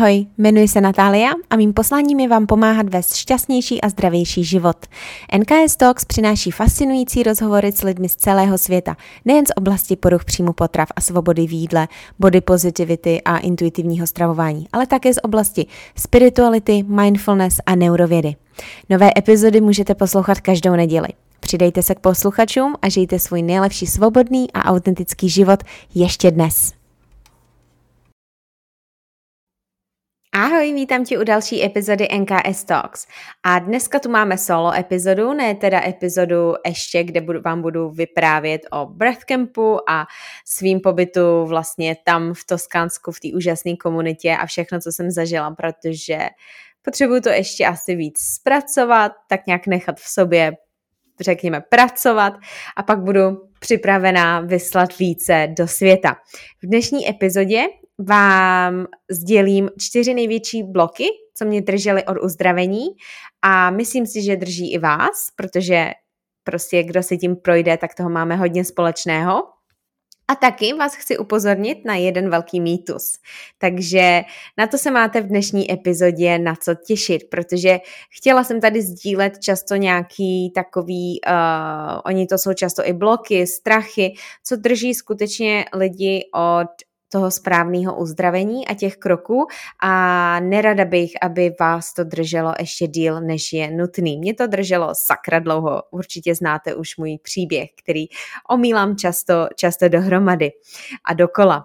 Ahoj, jmenuji se Natália a mým posláním je vám pomáhat vést šťastnější a zdravější život. NKS Talks přináší fascinující rozhovory s lidmi z celého světa, nejen z oblasti poruch příjmu potrav a svobody v jídle, body positivity a intuitivního stravování, ale také z oblasti spirituality, mindfulness a neurovědy. Nové epizody můžete poslouchat každou neděli. Přidejte se k posluchačům a žijte svůj nejlepší svobodný a autentický život ještě dnes. Ahoj, vítám tě u další epizody NKS Talks. A dneska tu máme solo epizodu, ne teda epizodu ještě, kde vám budu vyprávět o breathcampu a svým pobytu vlastně tam v Toskánsku, v té úžasné komunitě a všechno, co jsem zažila, protože potřebuju to ještě asi víc zpracovat, tak nějak nechat v sobě, řekněme, pracovat a pak budu připravená vyslat více do světa. V dnešní epizodě vám sdělím 4 největší bloky, co mě držely od uzdravení a myslím si, že drží i vás, protože prostě kdo si tím projde, tak toho máme hodně společného. A taky vás chci upozornit na jeden velký mýtus. Takže na to se máte v dnešní epizodě na co těšit, protože chtěla jsem tady sdílet často nějaký takový, oni to jsou často i bloky, strachy, co drží skutečně lidi od toho správného uzdravení a těch kroků a nerada bych, aby vás to drželo ještě díl, než je nutný. Mě to drželo sakra dlouho, určitě znáte už můj příběh, který omílám často dohromady a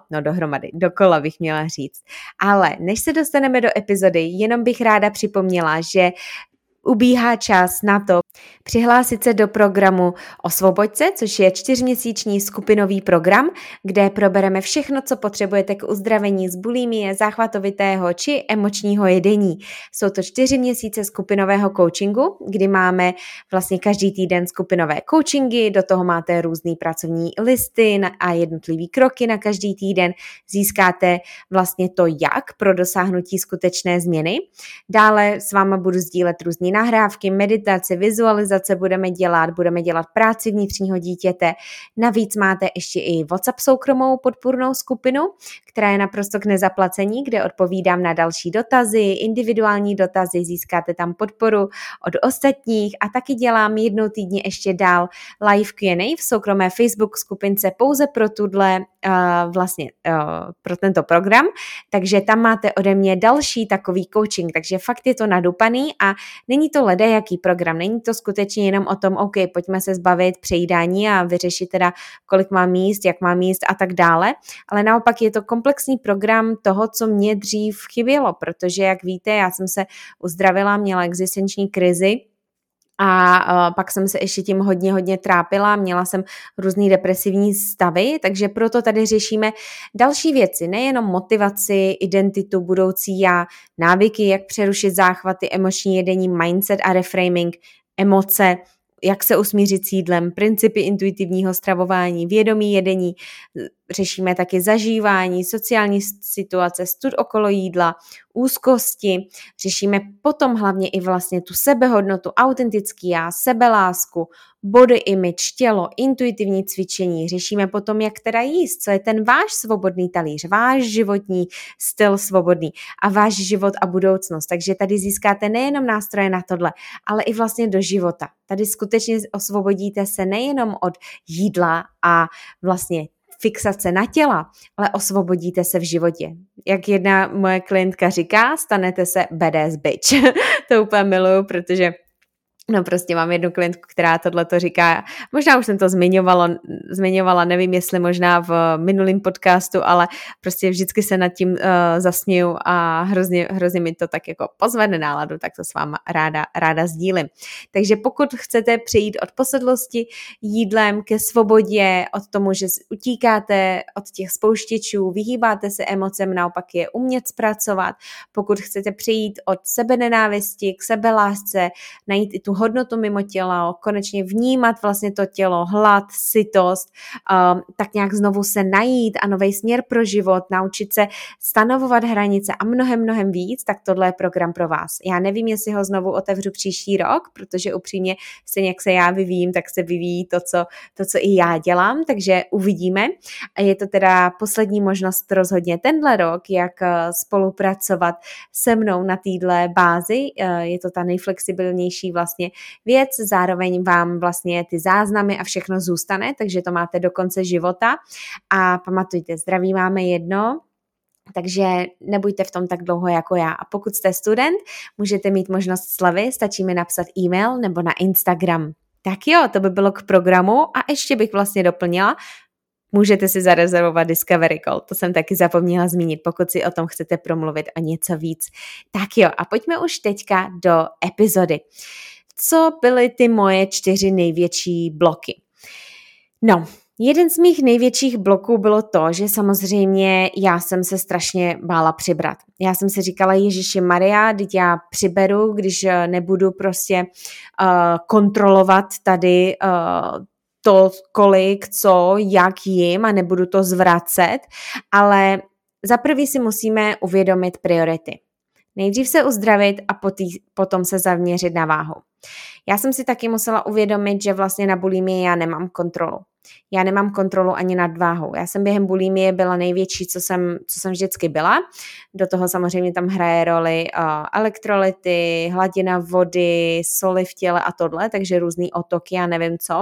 dokola bych měla říct. Ale než se dostaneme do epizody, jenom bych ráda připomněla, že ubíhá čas na to přihlásit se do programu Osvoboď, což je 4měsíční skupinový program, kde probereme všechno, co potřebujete k uzdravení z bulimie, záchvatovitého či emočního jedení. Jsou to 4 měsíce skupinového coachingu, kdy máme vlastně každý týden skupinové coachingy, do toho máte různý pracovní listy a jednotlivý kroky na každý týden. Získáte vlastně to, jak pro dosáhnutí skutečné změny. Dále s váma budu sdílet různé nahrávky, meditace, vizualizace budeme dělat práci vnitřního dítěte. Navíc máte ještě i WhatsApp soukromou podpůrnou skupinu, která je naprosto k nezaplacení, kde odpovídám na další dotazy, individuální dotazy, získáte tam podporu od ostatních a taky dělám jednou týdně ještě dál live Q&A v soukromé Facebook skupince pouze pro pro tento program, takže tam máte ode mě další takový coaching, takže fakt je to nadupaný a není to ledajaký program, není to skutečně jenom o tom, OK, pojďme se zbavit přejídání a vyřešit teda, kolik mám jíst, jak mám jíst a tak dále, ale naopak je to komplexní program toho, co mě dřív chybělo, protože jak víte, já jsem se uzdravila, měla existenční krizi, a pak jsem se ještě tím hodně trápila, měla jsem různý depresivní stavy, takže proto tady řešíme další věci, nejenom motivaci, identitu, budoucí já, návyky, jak přerušit záchvaty, emoční jedení, mindset a reframing, emoce, jak se usmířit s jídlem, principy intuitivního stravování, vědomí jedení, řešíme taky zažívání, sociální situace, stud okolo jídla, úzkosti, řešíme potom hlavně i vlastně tu sebehodnotu, autentický já, sebelásku, body image, tělo, intuitivní cvičení, řešíme potom, jak teda jíst, co je ten váš svobodný talíř, váš životní styl svobodný a váš život a budoucnost. Takže tady získáte nejenom nástroje na tohle, ale i vlastně do života. Tady skutečně osvobodíte se nejenom od jídla a vlastně fixace na těla, ale osvobodíte se v životě. Jak jedna moje klientka říká, stanete se badass bitch. To úplně miluju, protože prostě mám jednu klientku, která tohleto říká, možná už jsem to zmiňovala, nevím, jestli možná v minulém podcastu, ale prostě vždycky se nad tím zasměju a hrozně mi to tak jako pozvedne náladu, tak to s váma ráda sdílím. Takže pokud chcete přejít od posedlosti jídlem ke svobodě, od tomu, že utíkáte od těch spouštěčů, vyhýbáte se emocem, naopak je umět zpracovat, pokud chcete přejít od sebenenávisti k sebelásce, najít i tu hodnotu mimo tělo, konečně vnímat vlastně to tělo, hlad, sytost, tak nějak znovu se najít a nový směr pro život, naučit se stanovovat hranice a mnohem víc, tak tohle je program pro vás. Já nevím, jestli ho znovu otevřu příští rok, protože upřímně stejně jak se já vyvíjím, tak se vyvíjí to, co i já dělám, takže uvidíme. A je to teda poslední možnost rozhodně tenhle rok, jak spolupracovat se mnou na téhle bázi. Je to ta nejflexibilnější vlastně věc, zároveň vám vlastně ty záznamy a všechno zůstane, takže to máte do konce života. A pamatujte, zdraví máme jedno, takže nebuďte v tom tak dlouho jako já. A pokud jste student, můžete mít možnost slevy, stačí mi napsat e-mail nebo na Instagram. Tak jo, to by bylo k programu a ještě bych vlastně doplnila, můžete si zarezervovat Discovery Call, to jsem taky zapomněla zmínit, pokud si o tom chcete promluvit o něco víc. Tak jo, a pojďme už teďka do epizody. Co byly ty moje 4 největší bloky? No, jeden z mých největších bloků bylo to, že samozřejmě já jsem se strašně bála přibrat. Já jsem si říkala, Ježiši Maria, teď já přiberu, když nebudu prostě kontrolovat tady to, kolik, co, jak jim a nebudu to zvracet, ale za prvý si musíme uvědomit priority. Nejdřív se uzdravit a potom se zaměřit na váhu. Já jsem si taky musela uvědomit, že vlastně na bulimii já nemám kontrolu. Já nemám kontrolu ani nad váhou. Já jsem během bulimie byla největší, co jsem vždycky byla. Do toho samozřejmě tam hraje roli elektrolyty, hladina vody, soli v těle a tohle, takže různý otoky a nevím co.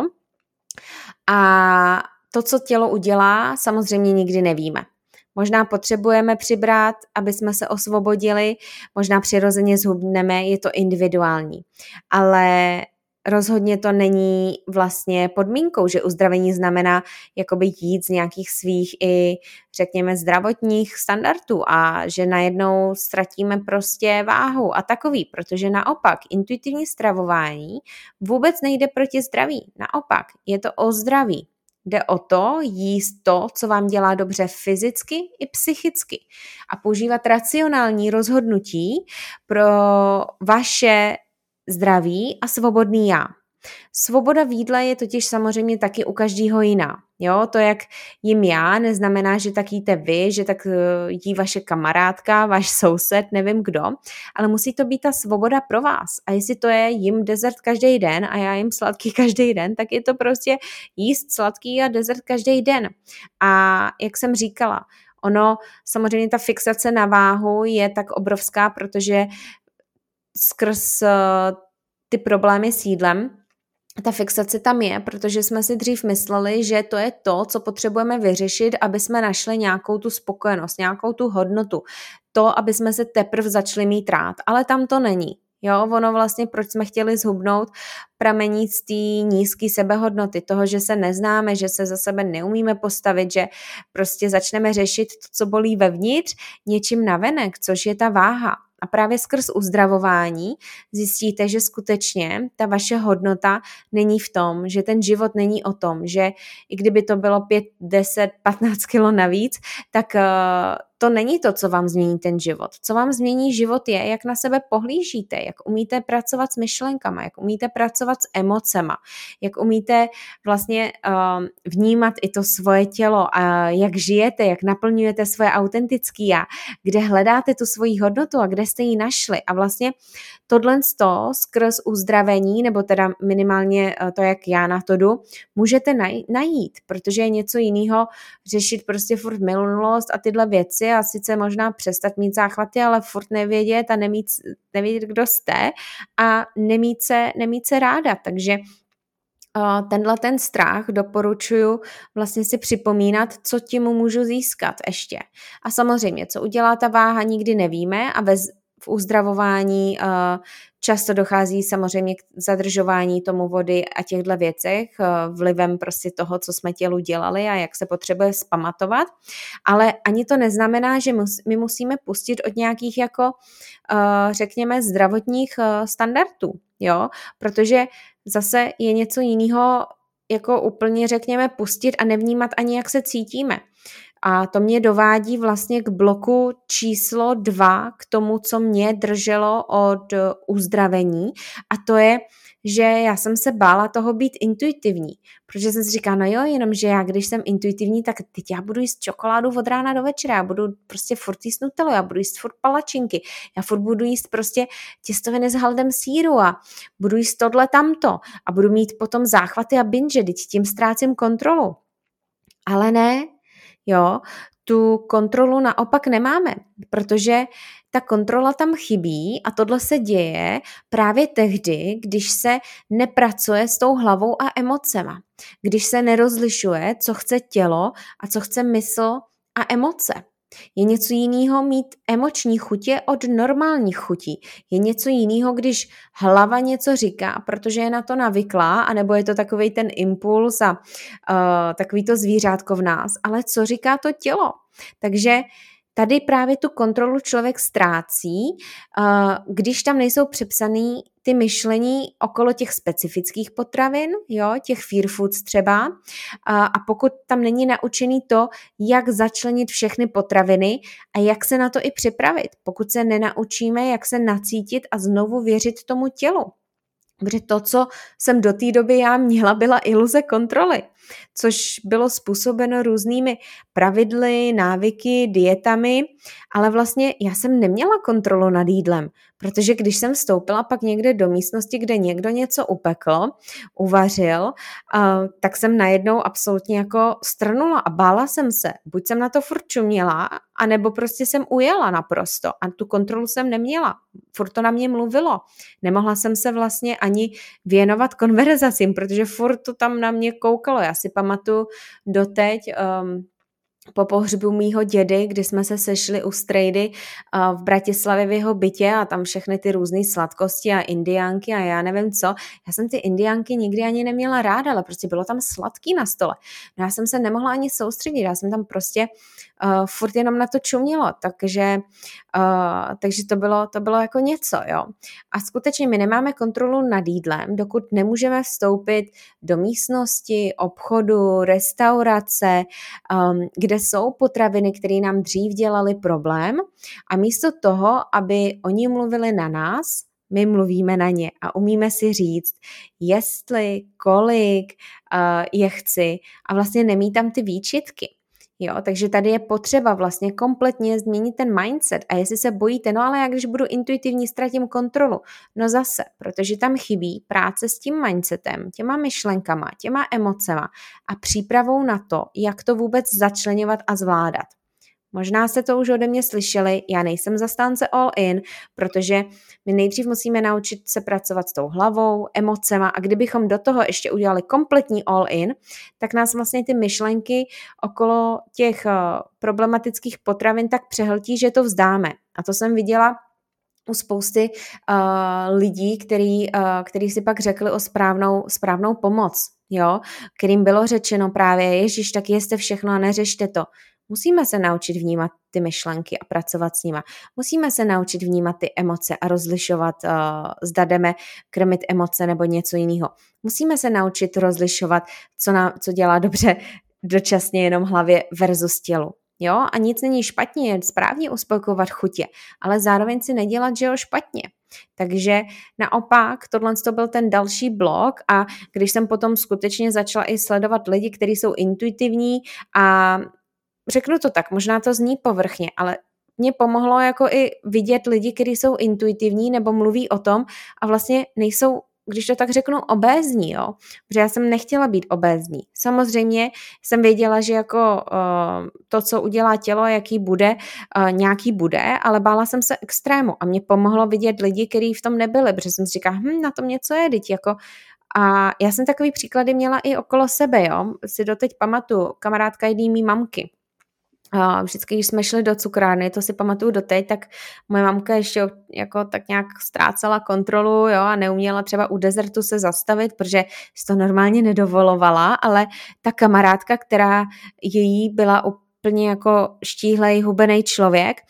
A to, co tělo udělá, samozřejmě nikdy nevíme. Možná potřebujeme přibrat, aby jsme se osvobodili, možná přirozeně zhubneme, je to individuální. Ale rozhodně to není vlastně podmínkou, že uzdravení znamená jakoby jít z nějakých svých i řekněme zdravotních standardů a že najednou ztratíme prostě váhu a takový, protože naopak intuitivní stravování vůbec nejde proti zdraví. Naopak, je to o zdraví. Jde o to jíst to, co vám dělá dobře fyzicky i psychicky a používat racionální rozhodnutí pro vaše zdraví a svobodný já. Svoboda v jídle je totiž samozřejmě taky u každého jiná. Jo, to, jak jím já, neznamená, že tak jíte vy, že tak jí vaše kamarádka, váš soused, nevím kdo, ale musí to být ta svoboda pro vás. A jestli to je jím dezert každý den a já jím sladký každý den, tak je to prostě jíst sladký a dezert každý den. A jak jsem říkala, ono, samozřejmě ta fixace na váhu je tak obrovská, protože skrz ty problémy s jídlem, ta fixace tam je, protože jsme si dřív mysleli, že to je to, co potřebujeme vyřešit, aby jsme našli nějakou tu spokojenost, nějakou tu hodnotu. To, aby jsme se teprve začali mít rád. Ale tam to není. Jo, ono vlastně, proč jsme chtěli zhubnout, pramení z té nízké sebehodnoty, toho, že se neznáme, že se za sebe neumíme postavit, že prostě začneme řešit to, co bolí vevnitř, něčím navenek, což je ta váha. A právě skrz uzdravování zjistíte, že skutečně ta vaše hodnota není v tom, že ten život není o tom, že i kdyby to bylo 5, 10, 15 kilo navíc, tak to není to, co vám změní ten život. Co vám změní život je, jak na sebe pohlížíte, jak umíte pracovat s myšlenkama, jak umíte pracovat s emocema, jak umíte vlastně vnímat i to svoje tělo a jak žijete, jak naplňujete svoje autentické já, kde hledáte tu svoji hodnotu a kde jste ji našli. A vlastně tohle skrz uzdravení, nebo teda minimálně to, jak já na to jdu, můžete najít, protože je něco jiného řešit prostě furt minulost a tyhle věci a sice možná přestat mít záchvaty, ale furt nevědět a nevědět, kdo jste a nemít se ráda. Takže ten strach doporučuji vlastně si připomínat, co tím můžu získat ještě. A samozřejmě, co udělá ta váha, nikdy nevíme a v uzdravování často dochází samozřejmě k zadržování tomu vody a těchto věcech vlivem prostě toho, co jsme tělu dělali a jak se potřebuje zpamatovat, ale ani to neznamená, že my musíme pustit od nějakých jako řekněme zdravotních standardů, jo, protože zase je něco jiného jako úplně řekněme pustit a nevnímat ani jak se cítíme. A to mě dovádí vlastně k bloku číslo 2, k tomu, co mě drželo od uzdravení, a to je, že já jsem se bála toho být intuitivní, protože jsem si říkala, no jo, jenomže já, když jsem intuitivní, tak teď já budu jíst čokoládu od rána do večera, já budu prostě furt jíst Nutellu, já budu jíst furt palačinky, já furt budu jíst prostě těstoviny s haldem sýru a budu jíst tohle tamto a budu mít potom záchvaty a binge, teď tím ztrácím kontrolu. Ale ne, jo, tu kontrolu naopak nemáme, protože ta kontrola tam chybí a tohle se děje právě tehdy, když se nepracuje s tou hlavou a emocema. Když se nerozlišuje, co chce tělo a co chce mysl a emoce. Je něco jiného mít emoční chutě od normálních chutí. Je něco jiného, když hlava něco říká, protože je na to navyklá, anebo je to takovej ten impuls a takový to zvířátko v nás. Ale co říká to tělo? Takže tady právě tu kontrolu člověk ztrácí, když tam nejsou přepsaný ty myšlení okolo těch specifických potravin, jo, těch fear foods třeba, a pokud tam není naučený to, jak začlenit všechny potraviny a jak se na to i připravit, pokud se nenaučíme, jak se nacítit a znovu věřit tomu tělu. Protože to, co jsem do té doby já měla, byla iluze kontroly, což bylo způsobeno různými pravidly, návyky, dietami, ale vlastně já jsem neměla kontrolu nad jídlem, protože když jsem vstoupila pak někde do místnosti, kde někdo něco upekl, uvařil, tak jsem najednou absolutně jako strnula a bála jsem se. Buď jsem na to furt čuměla, anebo prostě jsem ujela naprosto a tu kontrolu jsem neměla. Furt to na mě mluvilo. Nemohla jsem se vlastně ani věnovat konverzacím, protože furt to tam na mě koukalo. Já si pamatuju doteď po pohřbu mýho dědy, kdy jsme se sešli u strejdy v Bratislavě v jeho bytě a tam všechny ty různé sladkosti a indiánky a já nevím co. Já jsem ty indiánky nikdy ani neměla ráda, ale prostě bylo tam sladký na stole. No já jsem se nemohla ani soustředit, já jsem tam prostě furt jenom na to čumělo, takže to bylo jako něco, jo. A skutečně my nemáme kontrolu nad jídlem, dokud nemůžeme vstoupit do místnosti, obchodu, restaurace, kde jsou potraviny, které nám dřív dělaly problém a místo toho, aby oni mluvili na nás, my mluvíme na ně a umíme si říct, jestli, kolik je chci a vlastně nemít tam ty výčitky. Jo, takže tady je potřeba vlastně kompletně změnit ten mindset a jestli se bojíte, no ale já když budu intuitivní, ztratím kontrolu, no zase, protože tam chybí práce s tím mindsetem, těma myšlenkama, těma emocema a přípravou na to, jak to vůbec začleňovat a zvládat. Možná jste to už ode mě slyšeli, já nejsem zastánce all in, protože my nejdřív musíme naučit se pracovat s tou hlavou, emocema a kdybychom do toho ještě udělali kompletní all in, tak nás vlastně ty myšlenky okolo těch problematických potravin tak přehltí, že to vzdáme. A to jsem viděla u spousty lidí, který si pak řekli o správnou pomoc, jo? Kterým bylo řečeno právě, ježiš, tak jeste všechno a neřešte to. Musíme se naučit vnímat ty myšlenky a pracovat s nima. Musíme se naučit vnímat ty emoce a rozlišovat, zda jdeme krmit emoce nebo něco jiného. Musíme se naučit rozlišovat, co dělá dobře dočasně jenom hlavě versus tělu. Jo? A nic není špatně, je správně uspokojovat chutě, ale zároveň si nedělat, že jo, špatně. Takže naopak, tohle to byl ten další blok a když jsem potom skutečně začala i sledovat lidi, kteří jsou intuitivní a řeknu to tak, možná to zní povrchně, ale mě pomohlo jako i vidět lidi, kteří jsou intuitivní nebo mluví o tom a vlastně nejsou, když to tak řeknu, obézní, jo, protože já jsem nechtěla být obézní. Samozřejmě jsem věděla, že jako to, co udělá tělo, jaký bude, nějaký bude, ale bála jsem se extrému a mě pomohlo vidět lidi, kteří v tom nebyli, protože jsem si říkala, na tom něco je, teď jako. A já jsem takový příklady měla i okolo sebe, jo, si doteď pamatuju, kamarádka jedný mý mamky. Vždycky, když jsme šli do cukrárny, to si pamatuju doteď, tak moje mamka ještě jako tak nějak ztrácela kontrolu, jo, a neuměla třeba u dezertu se zastavit, protože si to normálně nedovolovala, ale ta kamarádka, která její byla úplně jako štíhlej, hubenej člověk,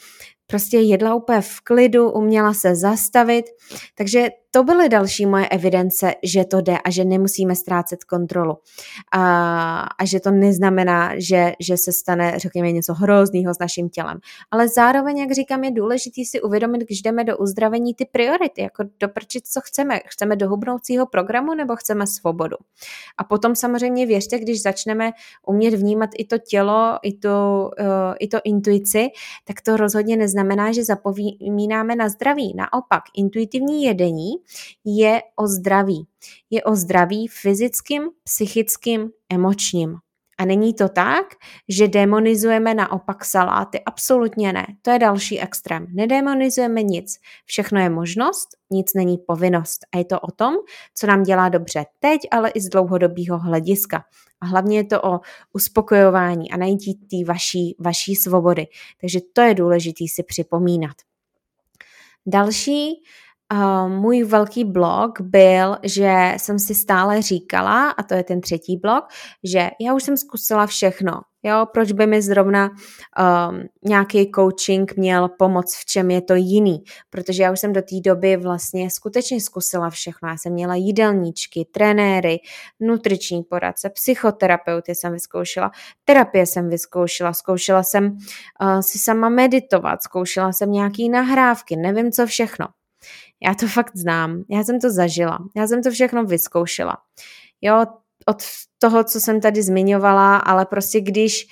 prostě jedla úplně v klidu, uměla se zastavit, takže to byly další moje evidence, že to jde a že nemusíme ztrácet kontrolu. A že to neznamená, že se stane, řekněme, něco hroznýho s naším tělem. Ale zároveň, jak říkám, je důležité si uvědomit, když jdeme do uzdravení, ty priority, jako doprčit, co chceme. Chceme do hubnoucího programu nebo chceme svobodu. A potom samozřejmě věřte, když začneme umět vnímat i to tělo, i to intuici, tak to rozhodně neznamená, že zapomínáme na zdraví. Naopak, intuitivní jedení je o zdraví. Je o zdraví fyzickým, psychickým, emočním. A není to tak, že demonizujeme naopak saláty. Absolutně ne. To je další extrém. Nedemonizujeme nic. Všechno je možnost, nic není povinnost. A je to o tom, co nám dělá dobře teď, ale i z dlouhodobého hlediska. A hlavně je to o uspokojování a najít té vaší svobody. Takže to je důležité si připomínat. Další můj velký blok byl, že jsem si stále říkala, a to je ten třetí blok, že já už jsem zkusila všechno. Jo, proč by mi zrovna nějaký coaching měl pomoct, v čem je to jiný? Protože já už jsem do té doby vlastně skutečně zkusila všechno. Já jsem měla jídelníčky, trenéry, nutriční poradce, psychoterapeuty jsem vyzkoušela, terapie jsem vyzkoušela, zkoušela jsem si sama meditovat, zkoušela jsem nějaký nahrávky, nevím co všechno. Já to fakt znám, já jsem to zažila, já jsem to všechno vyzkoušela. Jo, od toho, co jsem tady zmiňovala, ale prostě když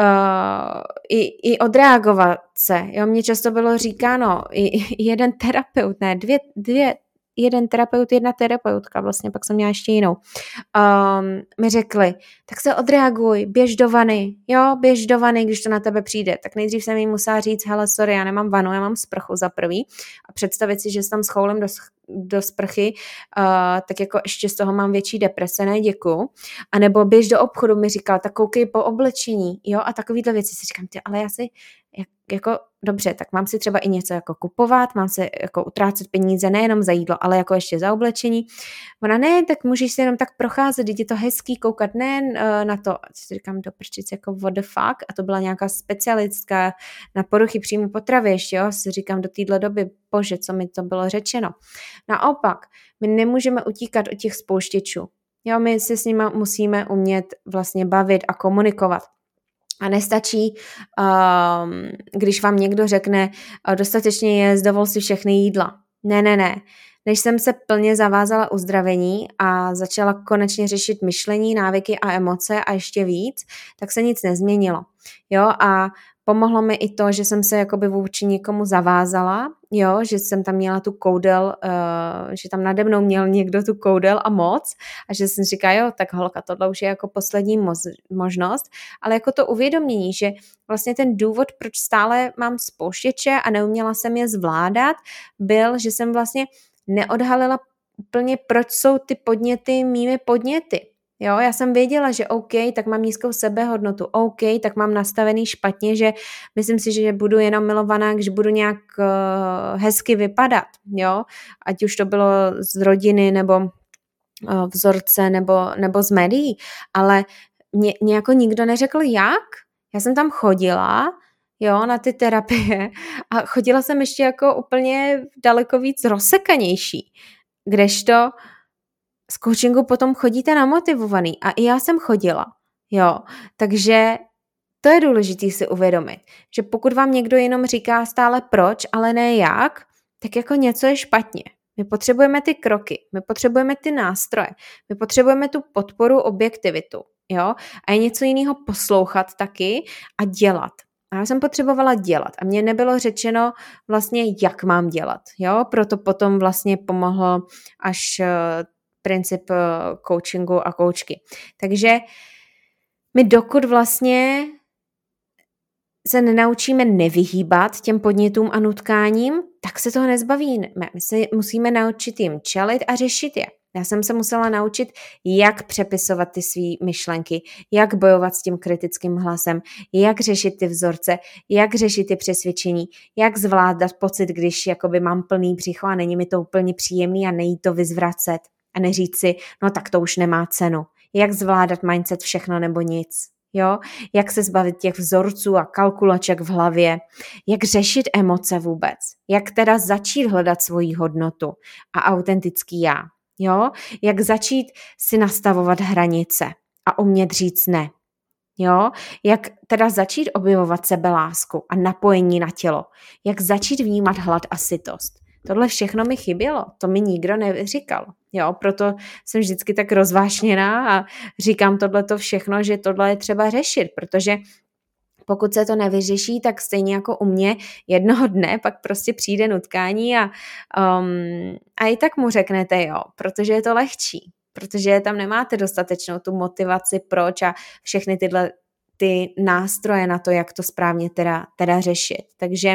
i odreagovat se, jo, mně často bylo říkáno, jeden terapeut, ne, jeden terapeut, jedna terapeutka, vlastně pak jsem měla ještě jinou, mi řekli, tak se odreaguj, běž do vany, když to na tebe přijde. Tak nejdřív jsem jí musela říct, hele, sorry, já nemám vanu, já mám sprchu za prvý a představit si, že se tam schoulím do sprchy, tak jako ještě z toho mám větší deprese, ne, děkuju. A nebo běž do obchodu, mi říkal, tak koukej po oblečení, jo, a takovýhle věci si říkám, ale já si jako dobře, tak mám si třeba i něco jako kupovat, mám si jako utrácet peníze nejenom za jídlo, ale jako ještě za oblečení. Ona ne, tak můžeš si jenom tak procházet, je to hezký koukat, ne na to. A si říkám, doprčit jako what the fuck, a to byla nějaká specialistka na poruchy příjmu potravy ještě, jo, si říkám do téhle doby, bože, co mi to bylo řečeno. Naopak, my nemůžeme utíkat od těch spouštěčů. Jo, my se s nimi musíme umět vlastně bavit a komunikovat. A nestačí, když vám někdo řekne, dostatečně jíst, dovol si všechny jídla. Ne. Než jsem se plně zavázala uzdravení a začala konečně řešit myšlení, návyky a emoce a ještě víc, tak se nic nezměnilo. Jo, a pomohlo mi i to, že jsem se jakoby vůči někomu zavázala, jo, že jsem tam měla tu koudel, že tam nade mnou měl někdo tu koudel a moc a že jsem říkala, jo, tak holka, tohle už je jako poslední možnost, ale jako to uvědomění, že vlastně ten důvod, proč stále mám spouštěče a neuměla jsem je zvládat, byl, že jsem vlastně neodhalila úplně, proč jsou ty podněty mými podněty. Jo, já jsem věděla, že OK, tak mám nízkou sebehodnotu, OK, tak mám nastavený špatně, že myslím si, že budu jenom milovaná, když budu nějak hezky vypadat, jo, ať už to bylo z rodiny nebo vzorce nebo z médií, ale mě jako nikdo neřekl jak. Já jsem tam chodila, jo, na ty terapie a chodila jsem ještě jako úplně daleko víc rozsekanější, kdežto z coachingu potom chodíte namotivovaný a i já jsem chodila, jo, takže to je důležité si uvědomit, že pokud vám někdo jenom říká stále proč, ale ne jak, tak jako něco je špatně. My potřebujeme ty kroky, my potřebujeme ty nástroje, my potřebujeme tu podporu, objektivitu, jo, a je něco jiného poslouchat taky a dělat. A já jsem potřebovala dělat a mně nebylo řečeno vlastně, jak mám dělat, jo, proto potom vlastně pomohl až princip coachingu a koučky. Takže my dokud vlastně se nenaučíme nevyhýbat těm podnětům a nutkáním, tak se toho nezbavíme. My se musíme naučit jim čelit a řešit je. Já jsem se musela naučit, jak přepisovat ty svý myšlenky, jak bojovat s tím kritickým hlasem, jak řešit ty vzorce, jak řešit ty přesvědčení, jak zvládat pocit, když jakoby mám plný břicho a není mi to úplně příjemný a nejít to vyzvracet a neříct si, no tak to už nemá cenu. Jak zvládat mindset všechno nebo nic. Jo, jak se zbavit těch vzorců a kalkulaček v hlavě, jak řešit emoce vůbec, jak teda začít hledat svoji hodnotu a autentický já, jo, jak začít si nastavovat hranice a umět říct ne, jo, jak teda začít objevovat sebelásku a napojení na tělo, jak začít vnímat hlad a sytost. Tohle všechno mi chybělo, to mi nikdo neříkal. Jo, proto jsem vždycky tak rozvášněná a říkám tohleto všechno, že tohle je třeba řešit, protože pokud se to nevyřeší, tak stejně jako u mě jednoho dne pak prostě přijde nutkání a i tak mu řeknete jo, protože je to lehčí, protože tam nemáte dostatečnou tu motivaci, proč a všechny tyhle ty nástroje na to, jak to správně teda řešit. Takže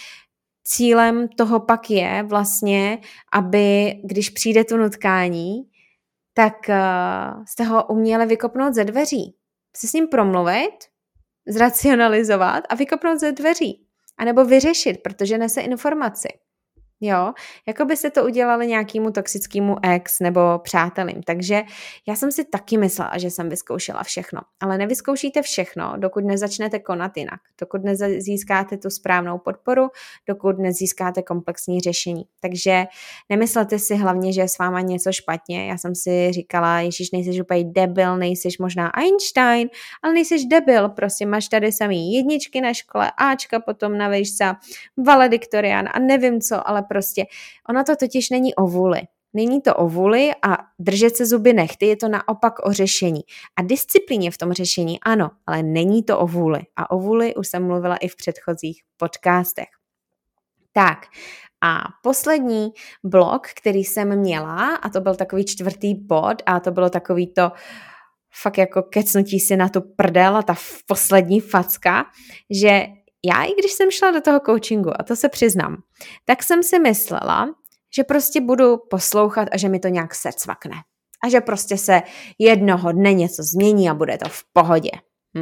cílem toho pak je vlastně, aby když přijde to nutkání, tak jste ho uměli vykopnout ze dveří. Si s ním promluvit, zracionalizovat a vykopnout ze dveří. A nebo vyřešit, protože nese informaci. Jo, jako byste to udělali nějakému toxickému ex nebo přátelím. Takže já jsem si taky myslela, že jsem vyzkoušela všechno. Ale nevyzkoušíte všechno, dokud nezačnete konat jinak. Dokud nezískáte tu správnou podporu, dokud nezískáte komplexní řešení. Takže nemyslete si hlavně, že je s váma něco špatně. Já jsem si říkala, ježiš, nejseš úplně debil, nejseš možná Einstein, ale nejseš debil, prostě máš tady samý jedničky na škole, Ačka potom na výšce, valediktorián a nevím co, ale prostě ono to totiž není o vůli. Není to o vůli a držet se zuby nechty, je to naopak o řešení. A disciplíně v tom řešení ano, ale není to o vůli. A o vůli už jsem mluvila i v předchozích podcastech. Tak a poslední blok, který jsem měla, a to byl takový 4. bod a to bylo takový to fakt jako kecnutí si na tu prdel a ta poslední facka, že já, i když jsem šla do toho coachingu, a to se přiznám, tak jsem si myslela, že prostě budu poslouchat a že mi to nějak secvakne. A že prostě se jednoho dne něco změní a bude to v pohodě.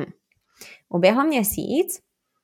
Uběhl měsíc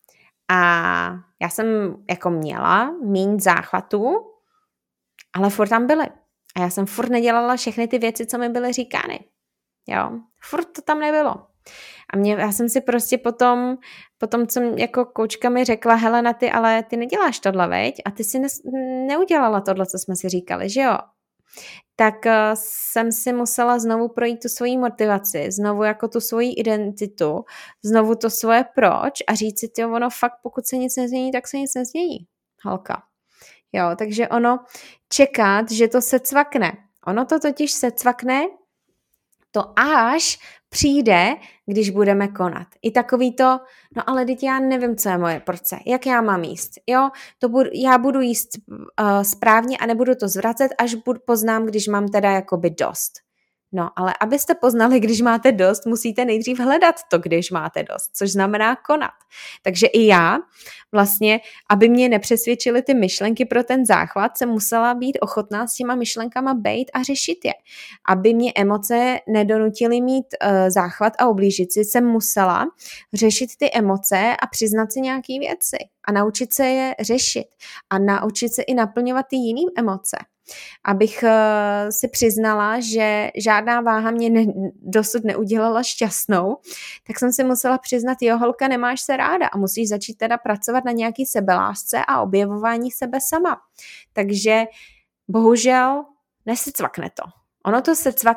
a já jsem jako měla míň záchvatů, ale furt tam byly. A já jsem furt nedělala všechny ty věci, co mi byly říkány. Jo, furt to tam nebylo. A já jsem si prostě potom co jako koučka mi řekla, Helena, ale ty neděláš tohle, veď? A ty si neudělala tohle, co jsme si říkali, že jo? Tak jsem si musela znovu projít tu svoji motivaci, znovu jako tu svoji identitu, znovu to svoje proč a říct si, tyjo, ono fakt, pokud se nic nezmění, tak se nic nezmění. Halka. Jo, takže ono čekat, že to se cvakne. Ono to totiž se cvakne, to až přijde, když budeme konat. I takový to, no ale teď já nevím, co je moje porce, jak já mám jíst, jo, já budu jíst správně a nebudu to zvracet, až poznám, když mám teda jakoby dost. No, ale abyste poznali, když máte dost, musíte nejdřív hledat to, když máte dost, což znamená konat. Takže i já vlastně, aby mě nepřesvědčily ty myšlenky pro ten záchvat, jsem musela být ochotná s těma myšlenkama bejt a řešit je. Aby mě emoce nedonutily mít záchvat a ublížit si, jsem musela řešit ty emoce a přiznat si nějaké věci a naučit se je řešit a naučit se i naplňovat ty jiné emoce. Abych si přiznala, že žádná váha mě dosud neudělala šťastnou, tak jsem si musela přiznat, jo, holka, nemáš se ráda a musíš začít teda pracovat na nějaký sebelásce a objevování sebe sama. Takže bohužel nesecvakne to. Ono to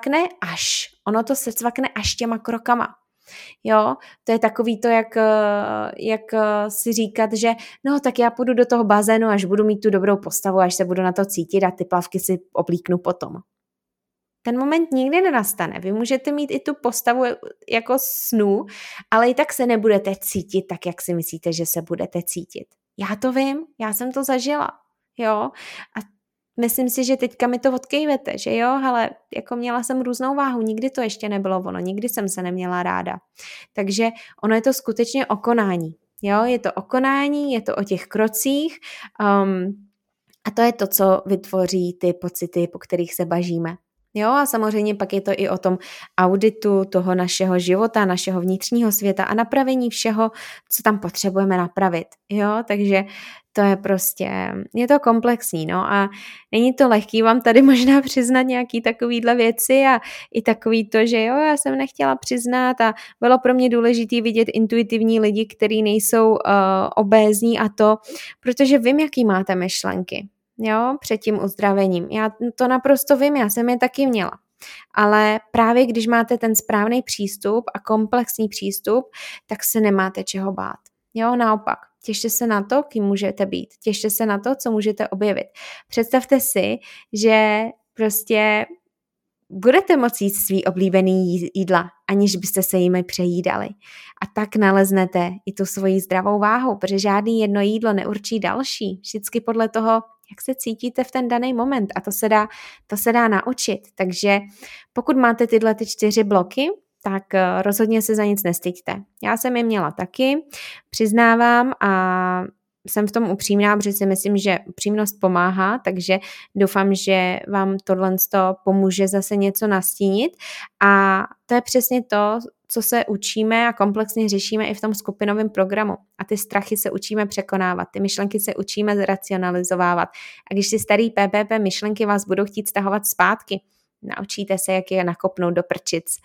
se cvakne až těma krokama. Jo, to je takový to, jak si říkat, že no tak já půjdu do toho bazénu, až budu mít tu dobrou postavu, až se budu na to cítit a ty plavky si oblíknu potom. Ten moment nikdy nenastane. Vy můžete mít i tu postavu jako snu, ale i tak se nebudete cítit tak, jak si myslíte, že se budete cítit. Já to vím, já jsem to zažila. Jo, a myslím si, že teďka mi to odkejvete, že jo, ale jako měla jsem různou váhu, nikdy to ještě nebylo ono, nikdy jsem se neměla ráda. Takže ono je to skutečně o konání, jo, je to o konání, je to o těch krocích a to je to, co vytvoří ty pocity, po kterých se bažíme. Jo, a samozřejmě pak je to i o tom auditu toho našeho života, našeho vnitřního světa a napravení všeho, co tam potřebujeme napravit. Jo, takže to je prostě, je to komplexní, no a není to lehký vám tady možná přiznat nějaký takovýhle věci a i takový to, že jo, já jsem nechtěla přiznat a bylo pro mě důležité vidět intuitivní lidi, kteří nejsou obézní a to, protože vím, jaký máte myšlenky. Jo, před tím uzdravením. Já to naprosto vím, já jsem je taky měla. Ale právě když máte ten správný přístup a komplexní přístup, tak se nemáte čeho bát. Jo, naopak. Těšte se na to, kým můžete být. Těšte se na to, co můžete objevit. Představte si, že prostě budete moci jíst svý oblíbený jídla, aniž byste se jimi přejídali. A tak naleznete i tu svoji zdravou váhu, protože žádný jedno jídlo neurčí další. Vždycky podle toho, jak se cítíte v ten daný moment. A to se dá naučit. Takže pokud máte tyhle 4 bloky, tak rozhodně se za nic nestyďte. Já jsem je měla taky, přiznávám a jsem v tom upřímná, protože si myslím, že upřímnost pomáhá, takže doufám, že vám tohle pomůže zase něco nastínit a to je přesně to, co se učíme a komplexně řešíme i v tom skupinovém programu. A ty strachy se učíme překonávat, ty myšlenky se učíme zracionalizovávat. A když si starý PPP myšlenky vás budou chtít stahovat zpátky, naučíte se, jak je nakopnout do prčic.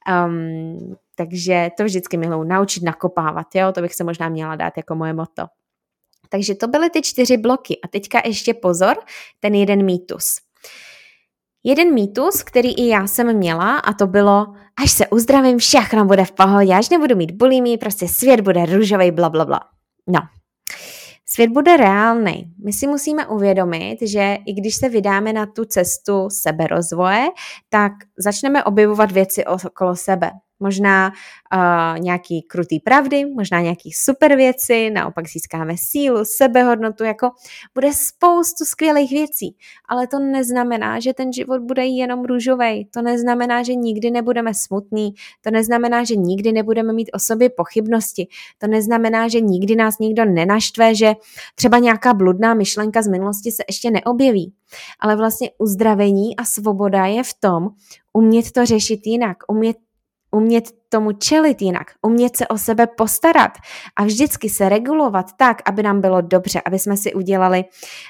Takže to vždycky miluji, naučit nakopávat, jo? To bych se možná měla dát jako moje motto. Takže to byly ty 4 bloky. A teďka ještě pozor, ten jeden mýtus. Jeden mýtus, který i já jsem měla, a to bylo, až se uzdravím, všechno bude v pohodě, až nebudu mít bulimii, prostě svět bude růžovej, blablabla. No, svět bude reálnej. My si musíme uvědomit, že i když se vydáme na tu cestu seberozvoje, tak začneme objevovat věci okolo sebe. Možná nějaký krutý pravdy, možná nějaký super věci, naopak získáme sílu, sebehodnotu, jako bude spoustu skvělých věcí, ale to neznamená, že ten život bude jenom růžovej, to neznamená, že nikdy nebudeme smutní, to neznamená, že nikdy nebudeme mít o sobě pochybnosti, to neznamená, že nikdy nás nikdo nenaštve, že třeba nějaká bludná myšlenka z minulosti se ještě neobjeví, ale vlastně uzdravení a svoboda je v tom umět to řešit jinak, umět tomu čelit jinak, umět se o sebe postarat a vždycky se regulovat tak, aby nám bylo dobře, aby jsme si udělali,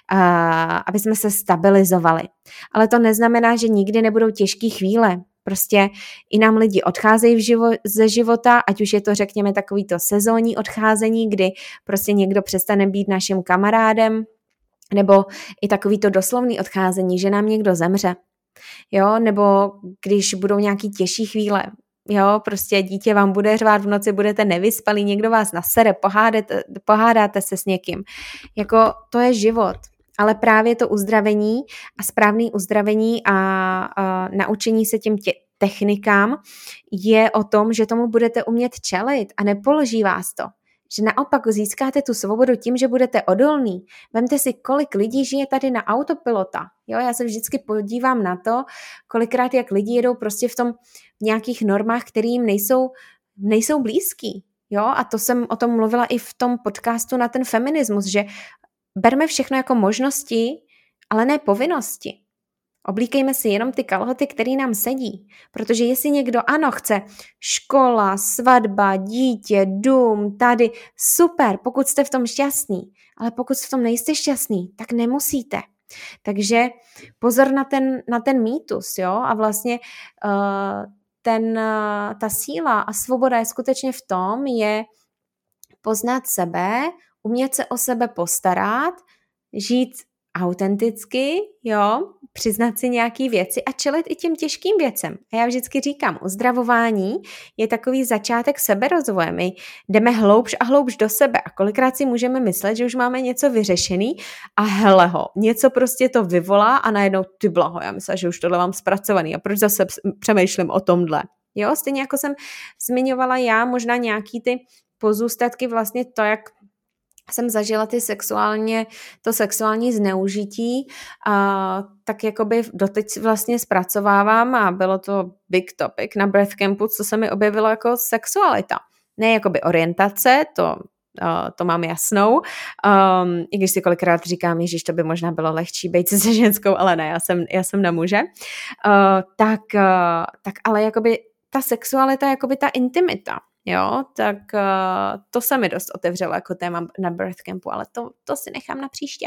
aby jsme se stabilizovali. Ale to neznamená, že nikdy nebudou těžké chvíle. Prostě i nám lidi odcházejí ze života, ať už je to, řekněme, takovýto sezónní odcházení, kdy prostě někdo přestane být naším kamarádem, nebo i takovýto doslovný odcházení, že nám někdo zemře. Jo, nebo když budou nějaký těžší chvíle, jo, prostě dítě vám bude řvát v noci, budete nevyspalí, někdo vás nasere, pohádáte se s někým. Jako to je život. Ale právě to uzdravení a správné uzdravení a naučení se těm technikám je o tom, že tomu budete umět čelit a nepoloží vás to. Že naopak získáte tu svobodu tím, že budete odolný. Vemte si, kolik lidí žije tady na autopilota. Jo, já se vždycky podívám na to, kolikrát jak lidi jedou prostě v nějakých normách, které jim nejsou blízký. Jo, a to jsem o tom mluvila i v tom podcastu na ten feminismus, že berme všechno jako možnosti, ale ne povinnosti. Oblíkejme si jenom ty kalhoty, které nám sedí. Protože jestli někdo ano chce škola, svatba, dítě, dům, tady, super, pokud jste v tom šťastný. Ale pokud v tom nejste šťastný, tak nemusíte. Takže pozor na ten mýtus, jo? A vlastně ta síla a svoboda je skutečně v tom, je poznat sebe, umět se o sebe postarat, žít autenticky, jo, přiznat si nějaký věci a čelit i těm těžkým věcem. A já vždycky říkám, uzdravování je takový začátek seberozvoje. My jdeme hloubš a hloubš do sebe a kolikrát si můžeme myslet, že už máme něco vyřešený a heleho, něco prostě to vyvolá a najednou ty blaho, já myslím, že už tohle mám zpracovaný a proč zase přemýšlím o tomhle. Jo, stejně jako jsem zmiňovala já, možná nějaký ty pozůstatky, vlastně to, jak jsem zažila to sexuální zneužití, tak jakoby doteď vlastně zpracovávám a bylo to big topic na Breath Campu, co se mi objevilo jako sexualita. Ne jakoby orientace, to to mám jasnou. I když si kolikrát říkám, ježiš, to by možná bylo lehčí být se ženskou, ale ne, já jsem na muže. Tak ale jakoby ta sexualita, jakoby ta intimita, jo, tak to se mi dost otevřelo jako téma na birth campu, ale to si nechám na příště.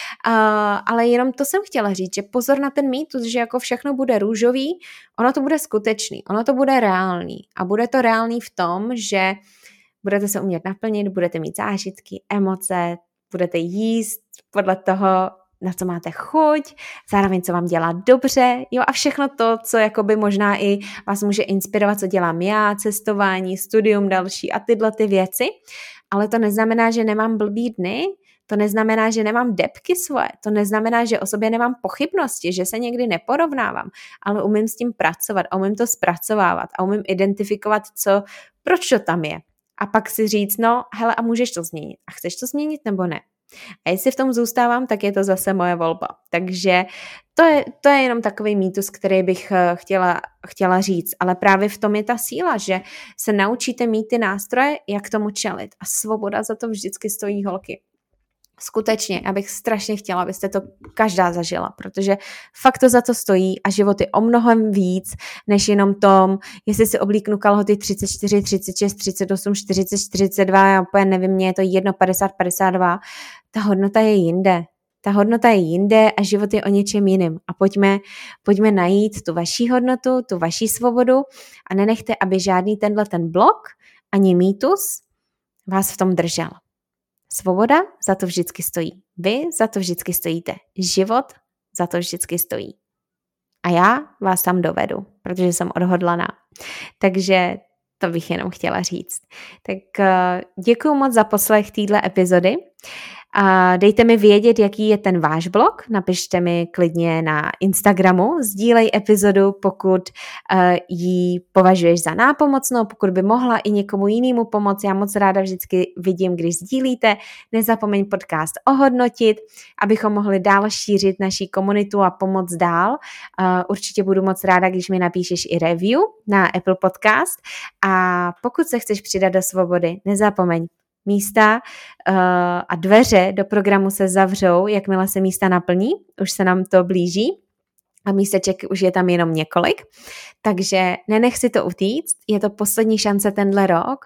Ale jenom to jsem chtěla říct, že pozor na ten mýtus, že jako všechno bude růžový, ono to bude skutečný, ono to bude reálný a bude to reálný v tom, že budete se umět naplnit, budete mít zážitky, emoce, budete jíst podle toho, na co máte chuť, zároveň co vám dělá dobře, jo, a všechno to, co jakoby možná i vás může inspirovat, co dělám já, cestování, studium další a tyhle ty věci, ale to neznamená, že nemám blbý dny, to neznamená, že nemám depky svoje, to neznamená, že o sobě nemám pochybnosti, že se někdy neporovnávám, ale umím s tím pracovat a umím to zpracovávat a umím identifikovat, proč to tam je. A pak si říct, no hele, a můžeš to změnit. A chceš to změnit nebo ne? A jestli v tom zůstávám, tak je to zase moje volba. Takže to je jenom takový mýtus, který bych chtěla říct. Ale právě v tom je ta síla, že se naučíte mít ty nástroje, jak tomu čelit. A svoboda za to vždycky stojí, holky. Skutečně, já bych strašně chtěla, abyste to každá zažila, protože fakt to za to stojí a život je o mnohem víc, než jenom tom, jestli si oblíknu kalhoty 34, 36, 38, 40, 42, já úplně nevím, mně je to 1, 50, 52, ta hodnota je jinde. Ta hodnota je jinde a život je o něčem jiným. A pojďme najít tu vaší hodnotu, tu vaší svobodu a nenechte, aby žádný ten blok ani mýtus vás v tom držel. Svoboda za to vždycky stojí. Vy za to vždycky stojíte. Život za to vždycky stojí. A já vás tam dovedu, protože jsem odhodlaná. Takže to bych jenom chtěla říct. Tak děkuju moc za poslech téhle epizody. Dejte mi vědět, jaký je ten váš blog, napište mi klidně na Instagramu, sdílej epizodu, pokud ji považuješ za nápomocnou, pokud by mohla i někomu jinému pomoct. Já moc ráda vždycky vidím, když sdílíte. Nezapomeň podcast ohodnotit, abychom mohli dál šířit naší komunitu a pomoct dál. Určitě budu moc ráda, když mi napíšeš i review na Apple Podcast a pokud se chceš přidat do svobody, nezapomeň, místa a dveře do programu se zavřou, jakmile se místa naplní, už se nám to blíží a místeček už je tam jenom několik, takže nenech si to utíct, je to poslední šance tenhle rok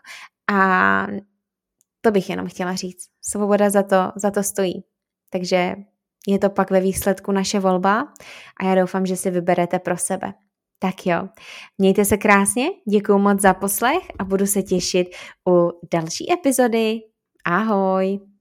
a to bych jenom chtěla říct. Svoboda za to stojí, takže je to pak ve výsledku naše volba a já doufám, že si vyberete pro sebe. Tak jo, mějte se krásně, děkuju moc za poslech a budu se těšit u další epizody. Ahoj!